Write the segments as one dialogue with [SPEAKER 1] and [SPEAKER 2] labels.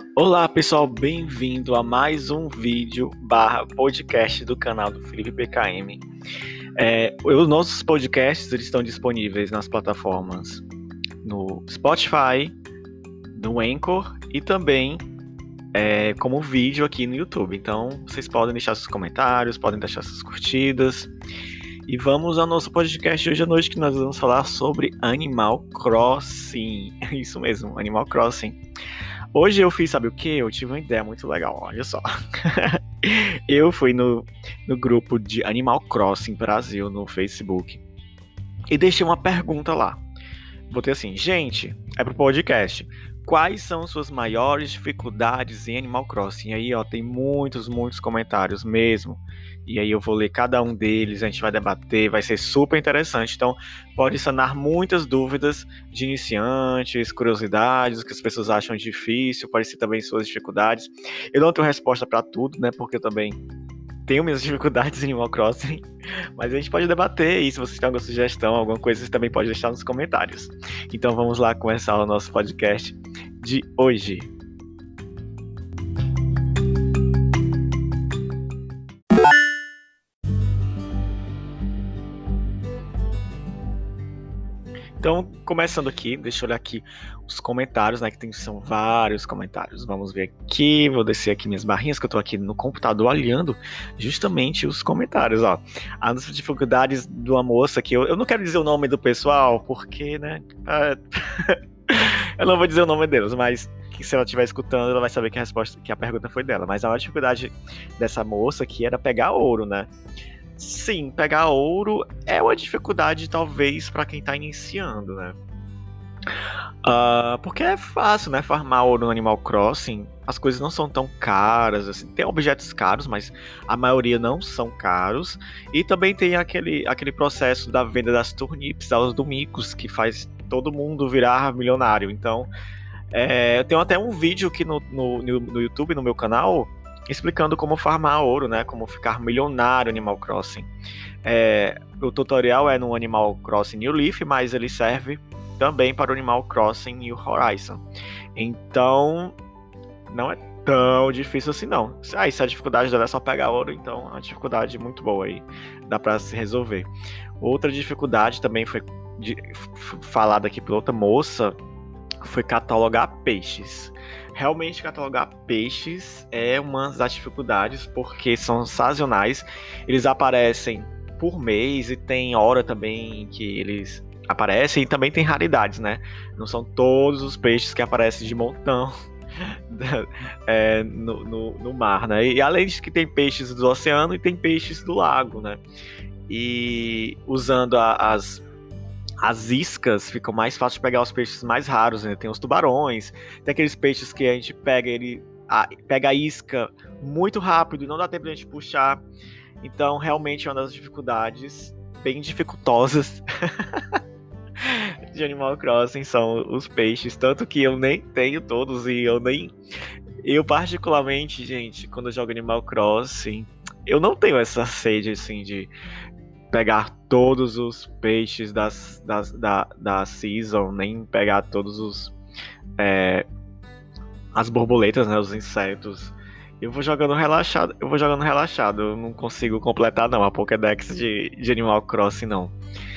[SPEAKER 1] Olá pessoal, bem-vindo a mais um vídeo podcast do canal do Felipe PKM. Os nossos podcasts eles estão disponíveis nas plataformas no Spotify, no Anchor e também como vídeo aqui no YouTube. Então vocês podem deixar seus comentários, podem deixar suas curtidas. E vamos ao nosso podcast de hoje à noite, que nós vamos falar sobre Animal Crossing. Isso mesmo, Animal Crossing. Hoje eu fiz, sabe o que? Eu tive uma ideia muito legal, olha só. Eu fui no grupo de Animal Crossing Brasil no Facebook e deixei uma pergunta lá. Botei assim, gente, é pro podcast. Quais são suas maiores dificuldades em Animal Crossing? E aí, ó, tem muitos comentários mesmo. E aí eu vou ler cada um deles, a gente vai debater, vai ser super interessante. Então, pode sanar muitas dúvidas de iniciantes, curiosidades, o que as pessoas acham difícil, pode ser também suas dificuldades. Eu não tenho resposta para tudo, né? Porque eu também tenho minhas dificuldades em Animal Crossing, mas a gente pode debater, e se vocês têm alguma sugestão, alguma coisa, vocês também podem deixar nos comentários. Então vamos lá começar o nosso podcast de hoje. Então, começando aqui, deixa eu olhar aqui os comentários, né, são vários comentários. Vamos ver aqui, vou descer aqui minhas barrinhas, que eu tô aqui no computador olhando justamente os comentários, ó. As dificuldades de uma moça que eu não quero dizer o nome do pessoal, porque, né, eu não vou dizer o nome deles, mas que se ela estiver escutando, ela vai saber que a pergunta foi dela. Mas a maior dificuldade dessa moça aqui era pegar ouro, né? Sim, pegar ouro é uma dificuldade, talvez, para quem tá iniciando, né? Porque é fácil, né? Farmar ouro no Animal Crossing. As coisas não são tão caras, assim. Tem objetos caros, mas a maioria não são caros. E também tem aquele processo da venda das turnips aos domingos, que faz todo mundo virar milionário. Então, eu tenho até um vídeo aqui no YouTube, no meu canal, explicando como farmar ouro, né? Como ficar milionário no Animal Crossing. O tutorial é no Animal Crossing New Leaf, mas ele serve também para o Animal Crossing New Horizon. Então, não é tão difícil assim, não. Se a dificuldade dela é só pegar ouro, então é uma dificuldade muito boa aí. Dá para se resolver. Outra dificuldade também foi falada aqui por outra moça, foi catalogar peixes. Realmente catalogar peixes é uma das dificuldades, porque são sazonais, eles aparecem por mês e tem hora também que eles aparecem, e também tem raridades, né? Não são todos os peixes que aparecem de montão no mar, né? E além de que tem peixes do oceano e tem peixes do lago, né? E usando as iscas, fica mais fácil de pegar os peixes mais raros, né? Tem os tubarões, tem aqueles peixes que a gente pega a isca muito rápido e não dá tempo de a gente puxar. Então, realmente é uma das dificuldades bem dificultosas de Animal Crossing são os peixes, tanto que eu nem tenho todos e eu particularmente, gente, quando eu jogo Animal Crossing, eu não tenho essa sede assim de pegar todos os peixes da season, nem pegar todos as borboletas, né, os insetos. Eu vou jogando relaxado, eu não consigo completar não a Pokédex de Animal Crossing não.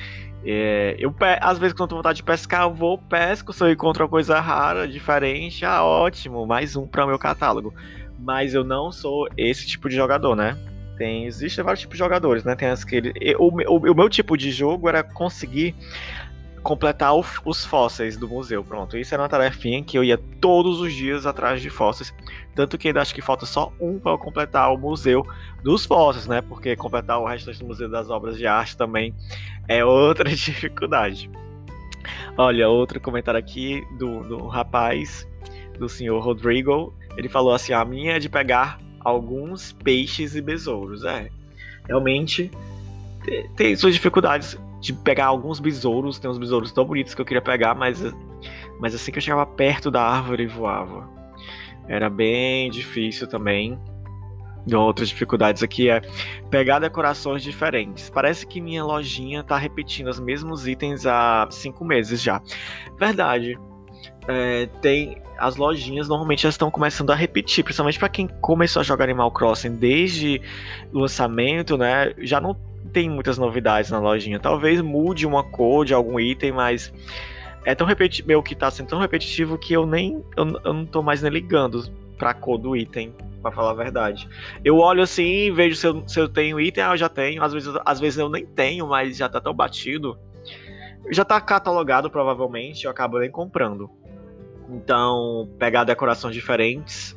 [SPEAKER 1] Às vezes quando eu tô com vontade de pescar, eu vou, pesco, se eu encontro uma coisa rara, diferente, ótimo, mais um para o meu catálogo. Mas eu não sou esse tipo de jogador, né? Existem vários tipos de jogadores, né? O meu tipo de jogo era conseguir completar os fósseis do museu, pronto. Isso era uma tarefinha que eu ia todos os dias atrás de fósseis. Tanto que ainda acho que falta só um para eu completar o museu dos fósseis, né? Porque completar o restante do museu das obras de arte também é outra dificuldade. Olha, outro comentário aqui do rapaz, do senhor Rodrigo. Ele falou assim: a minha é de pegar alguns peixes e besouros. Realmente tem suas dificuldades de pegar alguns besouros. Tem uns besouros tão bonitos que eu queria pegar, mas assim que eu chegava perto da árvore voava. Era bem difícil também. E outras dificuldades aqui é pegar decorações diferentes. Parece que minha lojinha tá repetindo os mesmos itens há 5 meses já. Verdade. tem as lojinhas, normalmente já estão começando a repetir, principalmente para quem começou a jogar Animal Crossing desde o lançamento, né? Já não tem muitas novidades na lojinha. Talvez mude uma cor de algum item, mas é tão repetitivo, meu, que tá sendo tão repetitivo que eu não tô mais nem ligando pra cor do item, pra falar a verdade. Eu olho assim, vejo se eu tenho item, eu já tenho. Às vezes eu nem tenho, mas já tá tão batido. Já tá catalogado, provavelmente, eu acabo nem comprando. Então, pegar decorações diferentes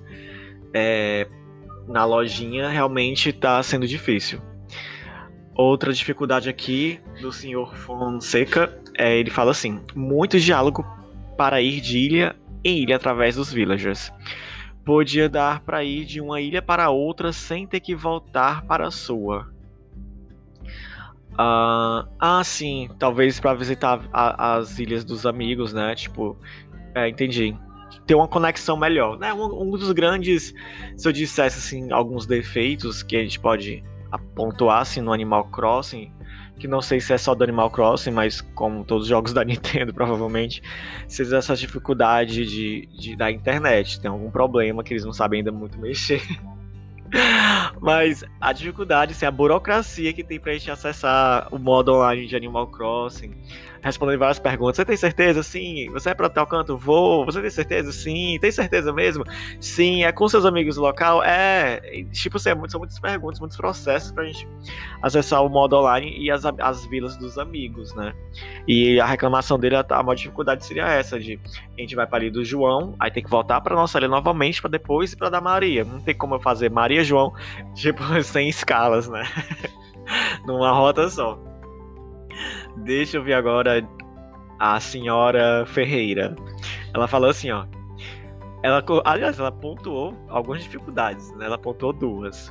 [SPEAKER 1] na lojinha realmente tá sendo difícil. Outra dificuldade aqui do Sr. Fonseca, ele fala assim: muito diálogo para ir de ilha em ilha através dos villagers. Podia dar para ir de uma ilha para outra sem ter que voltar para a sua. Sim, talvez para visitar as ilhas dos amigos, né? Tipo, entendi. Ter uma conexão melhor, né? Um dos grandes, se eu dissesse assim, alguns defeitos que a gente pode pontuar assim, no Animal Crossing, que não sei se é só do Animal Crossing, mas como todos os jogos da Nintendo, provavelmente, seja essa dificuldade da internet. Tem algum problema que eles não sabem ainda muito mexer. Mas a dificuldade, assim, a burocracia que tem pra gente acessar o modo online de Animal Crossing, respondendo várias perguntas. Você tem certeza? Sim. Você é pra tal canto? Vou. Você tem certeza? Sim. Tem certeza mesmo? Sim. É com seus amigos do local? Tipo assim, são muitas perguntas, muitos processos pra gente acessar o modo online e as vilas dos amigos, né? E a reclamação dele, a maior dificuldade seria essa, de a gente vai pra ali do João, aí tem que voltar pra nossa ilha novamente pra depois ir pra da Maria. Não tem como eu fazer Maria João, tipo, sem escalas, né? Numa rota só. Deixa eu ver agora a senhora Ferreira. Ela falou assim, ó. Aliás, ela pontuou algumas dificuldades, né? Ela pontuou duas.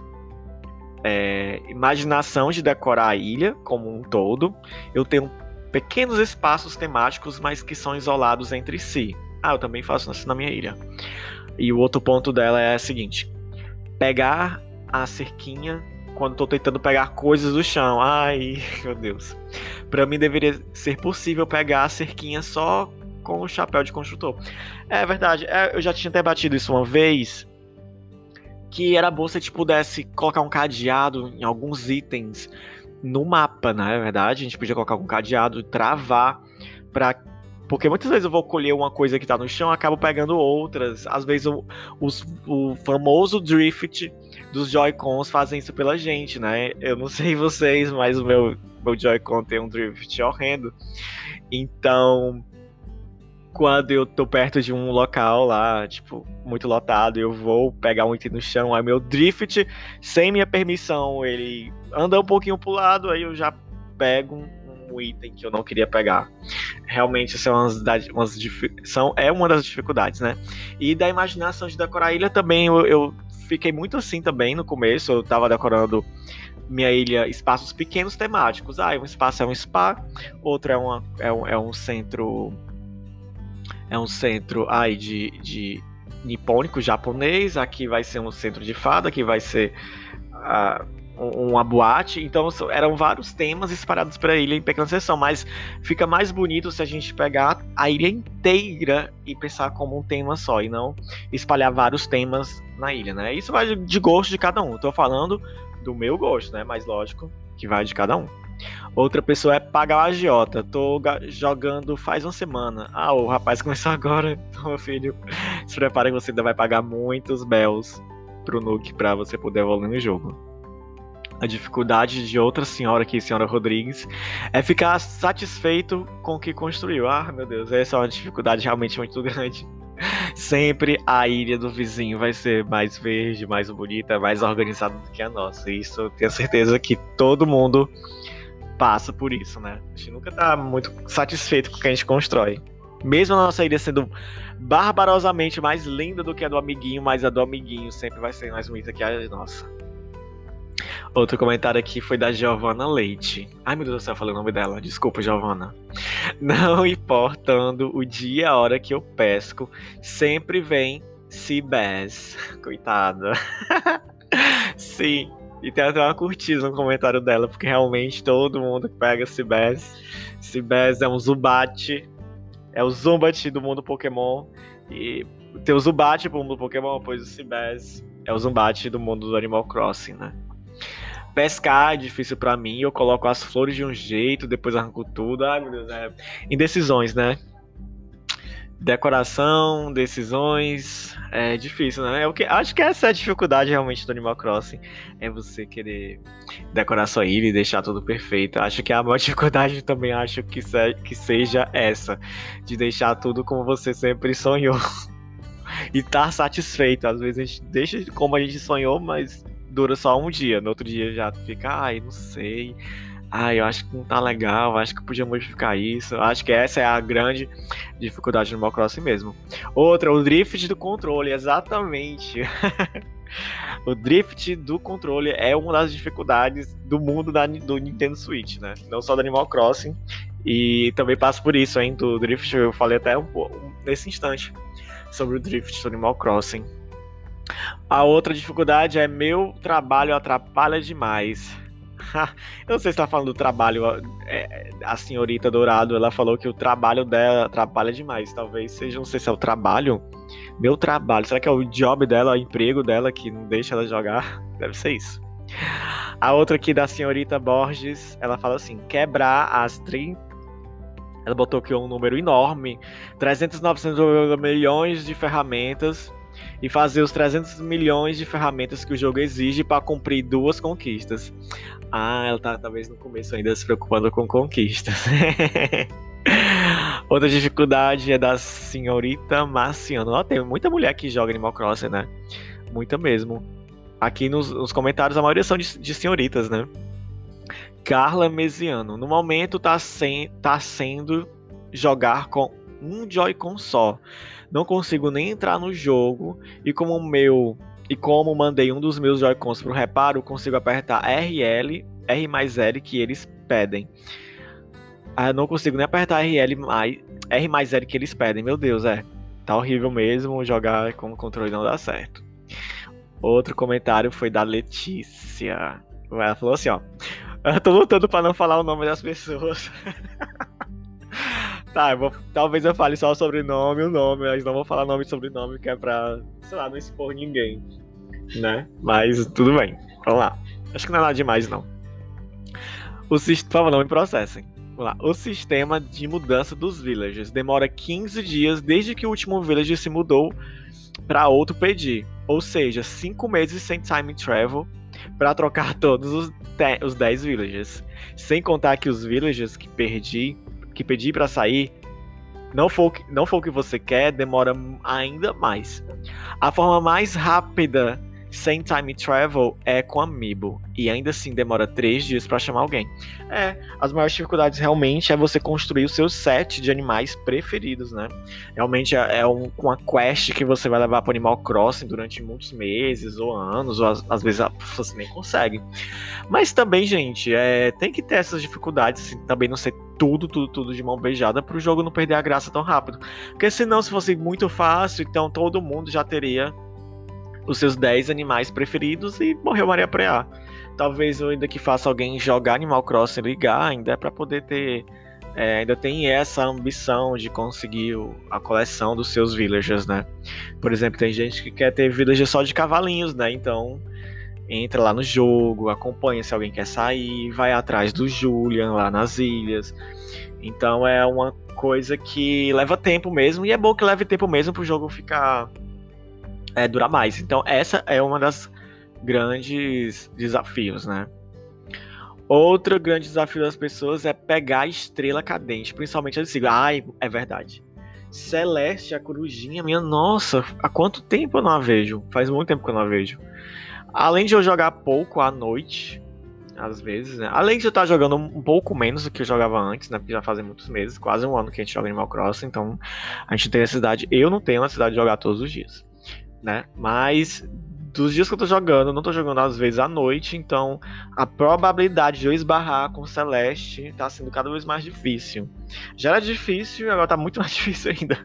[SPEAKER 1] Imaginação de decorar a ilha como um todo. Eu tenho pequenos espaços temáticos, mas que são isolados entre si. Eu também faço isso na minha ilha. E o outro ponto dela é o seguinte: pegar a cerquinha quando tô tentando pegar coisas do chão. Ai, meu Deus. Pra mim deveria ser possível pegar a cerquinha só com o chapéu de construtor. É verdade, eu já tinha debatido isso uma vez, que era bom se a gente pudesse colocar um cadeado em alguns itens no mapa, né? É verdade, a gente podia colocar um cadeado e travar porque muitas vezes eu vou colher uma coisa que tá no chão e acabo pegando outras. Às vezes o famoso drift dos Joy-Cons fazem isso pela gente, né? Eu não sei vocês, mas o meu Joy-Con tem um drift horrendo. Então, quando eu tô perto de um local lá, tipo, muito lotado, eu vou pegar um item no chão, aí meu drift, sem minha permissão, ele anda um pouquinho pro lado, aí eu já pego um item que eu não queria pegar. Realmente são uma das dificuldades, né? E da imaginação de decorar a ilha também, eu fiquei muito assim também no começo. Eu tava decorando minha ilha, espaços pequenos temáticos. Um espaço é um spa, outro é um centro. É um centro de nipônico japonês. Aqui vai ser um centro de fada, aqui vai ser uma boate. Então eram vários temas espalhados para a ilha em pequena seção, mas fica mais bonito se a gente pegar a ilha inteira e pensar como um tema só, e não espalhar vários temas na ilha, né? Isso vai de gosto de cada um. Tô falando do meu gosto, né? Mas lógico que vai de cada um. Outra pessoa é pagar o agiota. Tô jogando faz uma semana. O rapaz começou agora. Então, meu filho, se prepara que você ainda vai pagar muitos bells pro Nuke pra você poder evoluir no jogo. A dificuldade de outra senhora aqui, senhora Rodrigues, é ficar satisfeito com o que construiu. Meu Deus, essa é uma dificuldade realmente muito grande. Sempre a ilha do vizinho vai ser mais verde, mais bonita, mais organizada do que a nossa. E isso eu tenho certeza que todo mundo passa por isso, né? A gente nunca tá muito satisfeito com o que a gente constrói. Mesmo a nossa ilha sendo barbarosamente mais linda do que a do amiguinho, mas a do amiguinho sempre vai ser mais bonita que a nossa. Outro comentário aqui foi da Giovana Leite. Ai, meu Deus do céu, eu falei o nome dela. Desculpa, Giovana. Não importando o dia e a hora que eu pesco, sempre vem Seabass. Coitada. Sim. E tem até uma curtida no comentário dela, porque realmente todo mundo que pega Seabass é um Zubat. É o Zubat do mundo Pokémon. E tem o Zubat pro mundo Pokémon, pois o Seabass é o Zubat do mundo do Animal Crossing, né? Pescar é difícil pra mim, eu coloco as flores de um jeito, depois arranco tudo. Ai, meu Deus, indecisões, né? Decoração, decisões, é difícil, né? Acho que essa é a dificuldade realmente do Animal Crossing, é você querer decorar sua ilha e deixar tudo perfeito. Acho que a maior dificuldade também acho que seja essa, de deixar tudo como você sempre sonhou e estar satisfeito. Às vezes a gente deixa como a gente sonhou, mas dura só um dia, no outro dia já fica, ai, não sei. Eu acho que não tá legal, acho que podia modificar isso. Acho que essa é a grande dificuldade no Animal Crossing mesmo. Outra, o drift do controle, exatamente. O drift do controle é uma das dificuldades do mundo do Nintendo Switch, né? Não só do Animal Crossing. E também passo por isso, hein? Do drift, eu falei até um pouco nesse instante sobre o drift do Animal Crossing. A outra dificuldade é meu trabalho atrapalha demais. Eu não sei se tá falando do trabalho. A senhorita Dourado, ela falou que o trabalho dela atrapalha demais. Talvez seja, não sei se é o trabalho. Meu trabalho. Será que é o job dela, o emprego dela que não deixa ela jogar? Deve ser isso. A outra aqui da senhorita Borges, ela fala assim: quebrar as 30. Ela botou aqui um número enorme: 300, 900 milhões de ferramentas. E fazer os 300 milhões de ferramentas que o jogo exige para cumprir 2 conquistas. Ela tá talvez no começo ainda se preocupando com conquistas. Outra dificuldade é da senhorita Marciano. Tem muita mulher que joga Animal Crossing, né? Muita mesmo. Aqui nos comentários a maioria são de senhoritas, né? Carla Mesiano. No momento tá sendo jogar com um Joy-Con só. Não consigo nem entrar no jogo. E como mandei um dos meus Joy-Cons pro reparo, consigo apertar R mais L que eles pedem. Eu não consigo nem apertar R mais L que eles pedem. Meu Deus, tá horrível mesmo. Jogar com o controle não dá certo. Outro comentário foi da Letícia. Ela falou assim, ó: eu tô lutando pra não falar o nome das pessoas. Tá, talvez eu fale só o sobrenome e o nome, mas não vou falar nome e sobrenome, que é pra, sei lá, não expor ninguém, né? Mas tudo bem, vamos lá. Acho que não é nada demais, não. Por favor, não me processem. Vamos lá. O sistema de mudança dos villagers demora 15 dias desde que o último villager se mudou para outro pedir. Ou seja, 5 meses sem time travel para trocar todos os 10 villagers. Sem contar que os villagers que pedi para sair não for o que você quer, demora ainda mais. A forma mais rápida sem time travel é com Amiibo, e ainda assim demora 3 dias para chamar alguém. As maiores dificuldades realmente é você construir o seu set de animais preferidos, né? Realmente uma quest que você vai levar para Animal Crossing durante muitos meses ou anos, ou às vezes você nem consegue. Mas também, gente, tem que ter essas dificuldades, assim, também não ser tudo de mão beijada para o jogo não perder a graça tão rápido. Porque senão, se fosse muito fácil, então todo mundo já teria os seus 10 animais preferidos e morreu Maria Preá. Talvez eu ainda que faça alguém jogar Animal Crossing e ligar, ainda é para poder ter... ainda tem essa ambição de conseguir a coleção dos seus villagers, né? Por exemplo, tem gente que quer ter villager só de cavalinhos, né? Então entra lá no jogo, acompanha se alguém quer sair, vai atrás do Julian lá nas ilhas. Então é uma coisa que leva tempo mesmo, e é bom que leve tempo mesmo pro jogo ficar... durar mais. Então essa é uma das grandes desafios, né? Outro grande desafio das pessoas é pegar a estrela cadente, principalmente a de sigla. É verdade. Celeste, a corujinha, minha nossa, há quanto tempo eu não a vejo? Faz muito tempo que eu não a vejo. Além de eu jogar pouco à noite, às vezes, né? Além de eu estar jogando um pouco menos do que eu jogava antes, né? Porque já fazem muitos meses, quase um ano que a gente joga Animal Crossing, então a gente tem necessidade. Eu não tenho necessidade de jogar todos os dias, né? Mas dos dias que eu tô jogando, eu não tô jogando às vezes à noite, então a probabilidade de eu esbarrar com Celeste tá sendo cada vez mais difícil. Já era difícil e agora tá muito mais difícil ainda.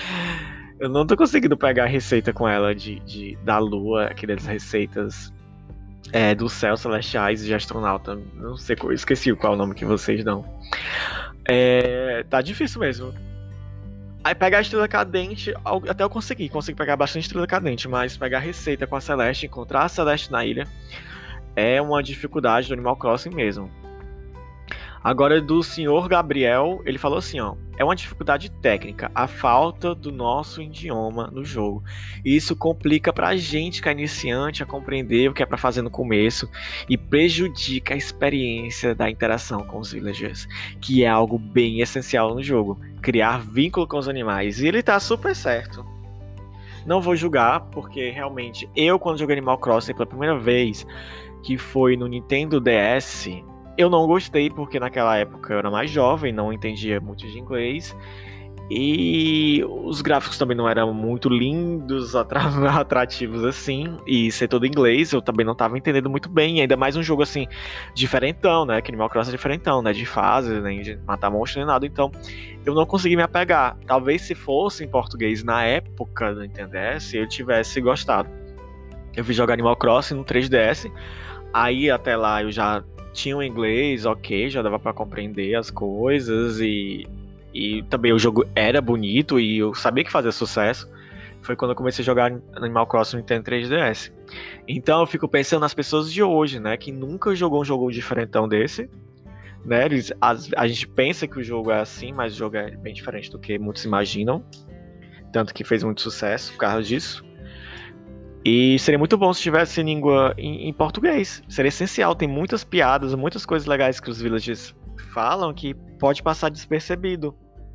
[SPEAKER 1] Eu não tô conseguindo pegar a receita com ela da lua, aquelas receitas dos céus celestiais e de astronauta. Não sei, esqueci qual é o nome que vocês dão. Tá difícil mesmo. Aí pegar a estrela cadente, até eu consegui pegar bastante estrela cadente, mas pegar a receita com a Celeste, encontrar a Celeste na ilha, é uma dificuldade do Animal Crossing mesmo. Agora, do senhor Gabriel, ele falou assim, ó, é uma dificuldade técnica, a falta do nosso idioma no jogo. Isso complica pra gente que é iniciante a compreender o que é pra fazer no começo e prejudica a experiência da interação com os villagers, que é algo bem essencial no jogo, criar vínculo com os animais. E ele tá super certo. Não vou julgar, porque realmente eu, quando joguei Animal Crossing pela primeira vez, que foi no Nintendo DS, eu não gostei porque naquela época eu era mais jovem, não entendia muito de inglês e os gráficos também não eram muito lindos, atrativos assim, e ser todo em inglês eu também não estava entendendo muito bem, ainda mais um jogo assim diferentão, né, que Animal Crossing é diferentão, né, de fases, nem de matar monstro nem nada, então eu não consegui me apegar. Talvez se fosse em português na época do Nintendo DS, eu tivesse gostado. Eu vi jogar Animal Crossing no 3DS, aí até lá eu já tinha o inglês, ok, já dava pra compreender as coisas e também o jogo era bonito e eu sabia que fazia sucesso. Foi quando eu comecei a jogar Animal Crossing no Nintendo 3DS. Então eu fico pensando nas pessoas de hoje, né, que nunca jogou um jogo diferentão desse, né? A gente pensa que o jogo é assim, mas o jogo é bem diferente do que muitos imaginam, tanto que fez muito sucesso por causa disso. E seria muito bom se tivesse língua em português. Seria essencial. Tem muitas piadas, muitas coisas legais que os villagers falam que pode passar despercebido.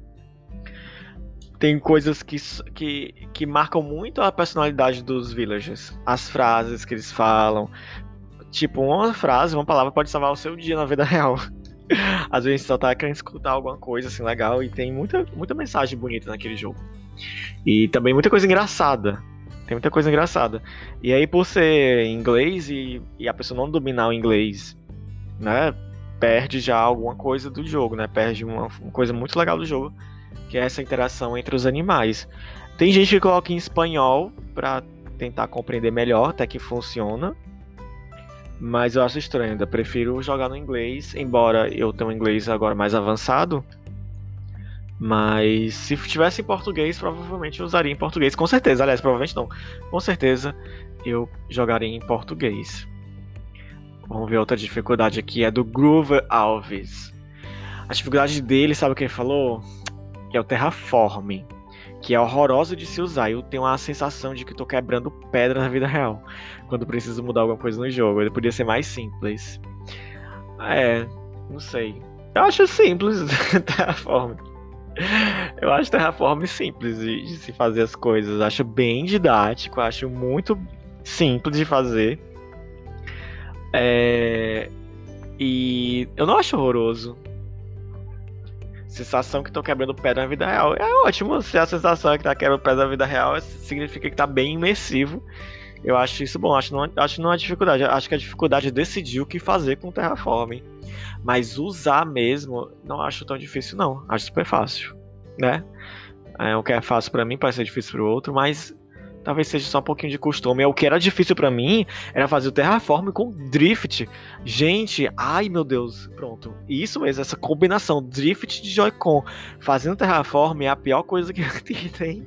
[SPEAKER 1] Tem coisas que marcam muito a personalidade dos villagers. As frases que eles falam. Tipo, uma frase, uma palavra pode salvar o seu dia na vida real. Às vezes só tá querendo escutar alguma coisa assim legal. E tem muita mensagem bonita naquele jogo. E também muita coisa engraçada. Tem muita coisa engraçada. E aí, por ser inglês e a pessoa não dominar o inglês, né, perde já alguma coisa do jogo, né? Perde uma coisa muito legal do jogo, que é essa interação entre os animais. Tem gente que coloca em espanhol pra tentar compreender melhor, até que funciona. Mas eu acho estranho, ainda prefiro jogar no inglês, embora eu tenha um inglês agora mais avançado. Mas se tivesse em português, provavelmente eu usaria em português. Com certeza, aliás, provavelmente não. Com certeza eu jogaria em português. Vamos ver outra dificuldade aqui. É do Groover Alves. A dificuldade dele, sabe o que ele falou? Que é o Terraforming. Que é horroroso de se usar. Eu tenho a sensação de que estou quebrando pedra na vida real. Quando preciso mudar alguma coisa no jogo. Ele podia ser mais simples. Não sei. Eu acho simples Terraforming. Eu acho Terraform simples de se fazer as coisas. Acho bem didático, acho muito simples de fazer. E eu não acho horroroso. Sensação que tô quebrando pedra na vida real. É ótimo se a sensação é que tá quebrando pedra na vida real, significa que tá bem imersivo. Eu acho isso bom, acho que não é dificuldade. Acho que a dificuldade é decidir o que fazer com o Terraform. Mas usar mesmo, não acho tão difícil não. Acho super fácil, né? O que é fácil pra mim pode ser difícil pro outro, mas talvez seja só um pouquinho de costume. O que era difícil pra mim era fazer o Terraform com Drift. Gente, ai meu Deus, pronto. Isso mesmo, essa combinação Drift de Joy-Con fazendo Terraform é a pior coisa que tem.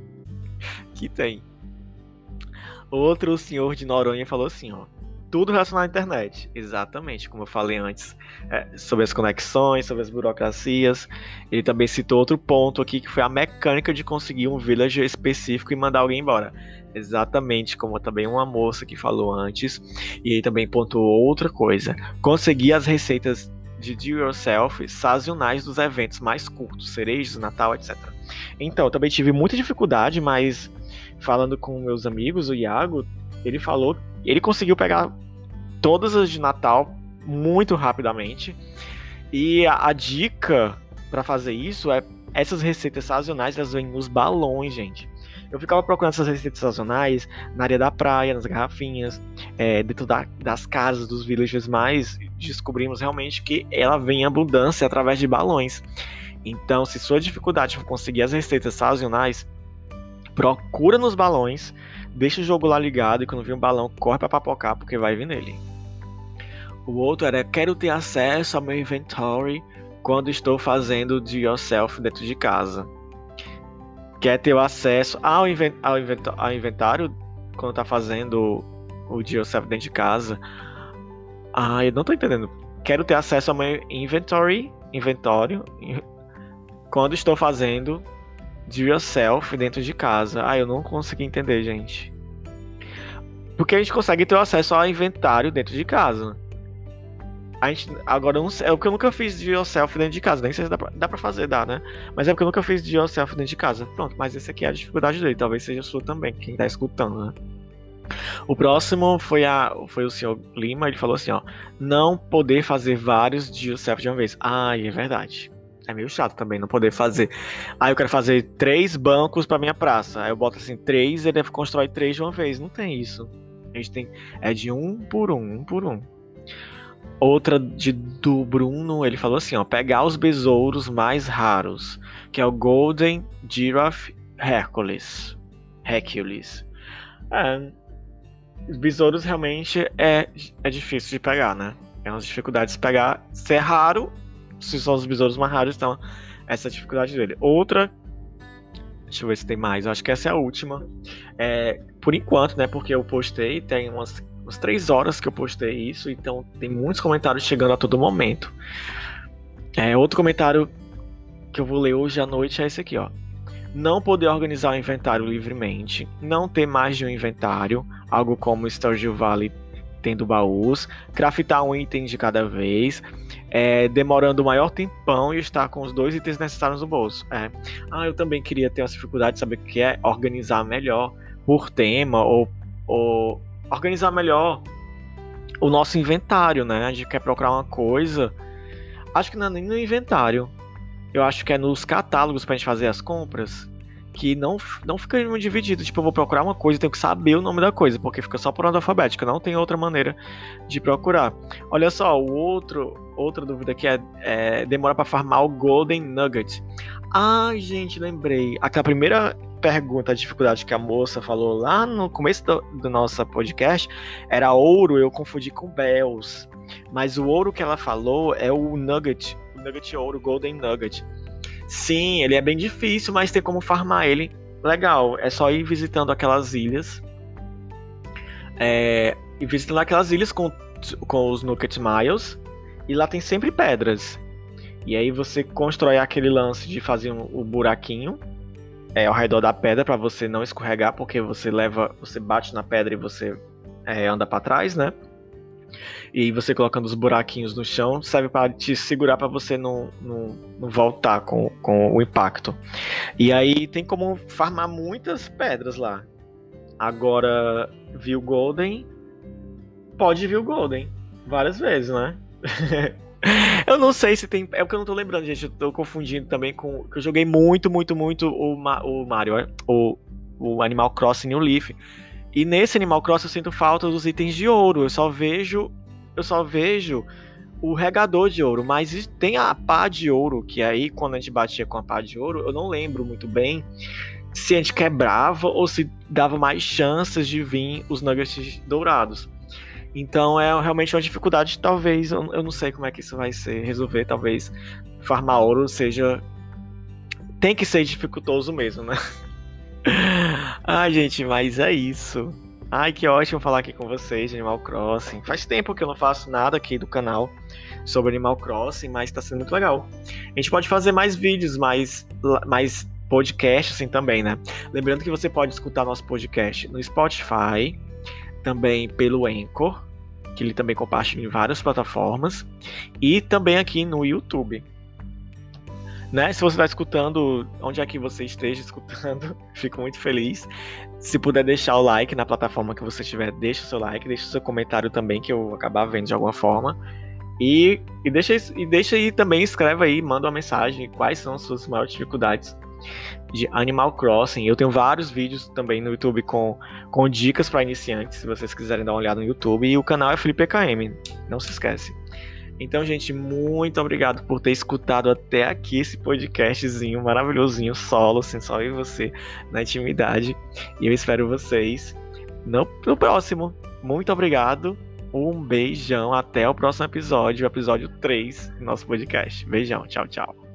[SPEAKER 1] Outro senhor de Noronha falou assim, ó. Tudo relacionado à internet. Exatamente, como eu falei antes, sobre as conexões, sobre as burocracias. Ele também citou outro ponto aqui, que foi a mecânica de conseguir um villager específico e mandar alguém embora. Exatamente, como também uma moça que falou antes. E ele também pontuou outra coisa. Conseguir as receitas de do yourself sazonais dos eventos mais curtos, cerejos, Natal, etc. Então, eu também tive muita dificuldade, mas falando com meus amigos, o Iago, ele conseguiu pegar todas as de Natal muito rapidamente. E a dica para fazer isso é essas receitas sazonais, elas vêm nos balões, gente. Eu ficava procurando essas receitas sazonais na areia da praia, nas garrafinhas, dentro das casas dos villagers, mas descobrimos realmente que ela vem em abundância através de balões. Então, se sua dificuldade for conseguir as receitas sazonais, procura nos balões, deixa o jogo lá ligado e quando vir um balão, corre pra papocar porque vai vir nele. O outro era, quero ter acesso ao meu inventory quando estou fazendo do yourself dentro de casa. quer ter o acesso ao inventário quando tá fazendo o do yourself dentro de casa. Eu não tô entendendo. Quero ter acesso ao meu inventório, quando estou fazendo do yourself dentro de casa. Eu não consegui entender, gente. Porque a gente consegue ter o acesso ao inventário dentro de casa. Agora, não sei, é porque eu nunca fiz do yourself dentro de casa. Nem sei se dá pra fazer, dá, né? Mas é porque eu nunca fiz do yourself dentro de casa. Pronto, mas esse aqui é a dificuldade dele. Talvez seja a sua também, quem tá escutando, né? O próximo foi o senhor Lima. Ele falou assim, ó: não poder fazer vários do yourself de uma vez. É verdade. É meio chato também não poder fazer. Eu quero fazer 3 bancos pra minha praça. Aí eu boto assim, 3, ele deve constrói 3 de uma vez. Não tem isso. A gente tem. É de um por um. Outra do Bruno, ele falou assim, ó: pegar os besouros mais raros, que é o Golden Giraffe Hercules. Os besouros realmente é difícil de pegar, né? É umas dificuldades de pegar. Se é raro, se são os besouros mais raros, então essa é a dificuldade dele. Outra, deixa eu ver se tem mais, eu acho que essa é a última. Por enquanto, né? Porque eu postei, tem umas 3 horas que eu postei isso, então tem muitos comentários chegando a todo momento. Outro comentário que eu vou ler hoje à noite é esse aqui, ó: não poder organizar o inventário livremente, não ter mais de um inventário, algo como Stardew Valley tendo baús, craftar um item de cada vez, demorando o maior tempão e estar com os 2 itens necessários no bolso. Eu também queria ter essa dificuldade de saber o que é organizar melhor por tema, ou organizar melhor o nosso inventário, né? A gente quer procurar uma coisa, acho que não é nem no inventário, eu acho que é nos catálogos pra gente fazer as compras, que não fica muito dividido. Tipo, eu vou procurar uma coisa, eu tenho que saber o nome da coisa, porque fica só por ordem alfabética, não tem outra maneira de procurar. Olha só, outra dúvida aqui demora pra farmar o Golden Nugget. Gente, lembrei. Aquela primeira pergunta, a dificuldade que a moça falou lá no começo do nosso podcast, era ouro, eu confundi com bells. Mas o ouro que ela falou é o Nugget. Nugget ouro, Golden Nugget. Sim, ele é bem difícil, mas tem como farmar ele. Legal, é só ir visitando aquelas ilhas. E visitando aquelas ilhas com os Nugget Miles. E lá tem sempre pedras. E aí você constrói aquele lance de fazer o buraquinho ao redor da pedra para você não escorregar, porque você bate na pedra e você anda para trás, né? E você colocando os buraquinhos no chão serve para te segurar, para você não voltar com o impacto. E aí tem como farmar muitas pedras lá. Agora, viu Golden, pode vir o Golden várias vezes, né? Eu não sei se tem. É porque eu não tô lembrando, gente. Eu tô confundindo também com. Que eu joguei muito o Mario, o Animal Crossing New Leaf. E nesse Animal Crossing eu sinto falta dos itens de ouro. Eu só vejo o regador de ouro. Mas tem a pá de ouro, que aí quando a gente batia com a pá de ouro, eu não lembro muito bem se a gente quebrava ou se dava mais chances de vir os nuggets dourados. Então é realmente uma dificuldade, talvez, eu não sei como é que isso vai ser resolver, talvez farmar ouro tem que ser dificultoso mesmo, né? Gente, mas é isso. Que ótimo falar aqui com vocês de Animal Crossing. Faz tempo que eu não faço nada aqui do canal sobre Animal Crossing, mas tá sendo muito legal. A gente pode fazer mais vídeos, mais podcasts assim também, né? Lembrando que você pode escutar nosso podcast no Spotify, também pelo Anchor, que ele também compartilha em várias plataformas, e também aqui no YouTube. Né? Se você está escutando, onde é que você esteja escutando, fico muito feliz. Se puder deixar o like na plataforma que você estiver, deixa o seu like, deixa o seu comentário também, que eu vou acabar vendo de alguma forma. E deixa aí também, escreve aí, manda uma mensagem, quais são as suas maiores dificuldades de Animal Crossing. Eu tenho vários vídeos também no YouTube com dicas para iniciantes, se vocês quiserem dar uma olhada no YouTube. E o canal é Felipe PKM, não se esquece. Então, gente, muito obrigado por ter escutado até aqui esse podcastzinho maravilhosinho, solo, assim, só eu e você, na intimidade. E eu espero vocês no próximo. Muito obrigado, um beijão, até o próximo episódio, o episódio 3 do nosso podcast. Beijão, tchau, tchau.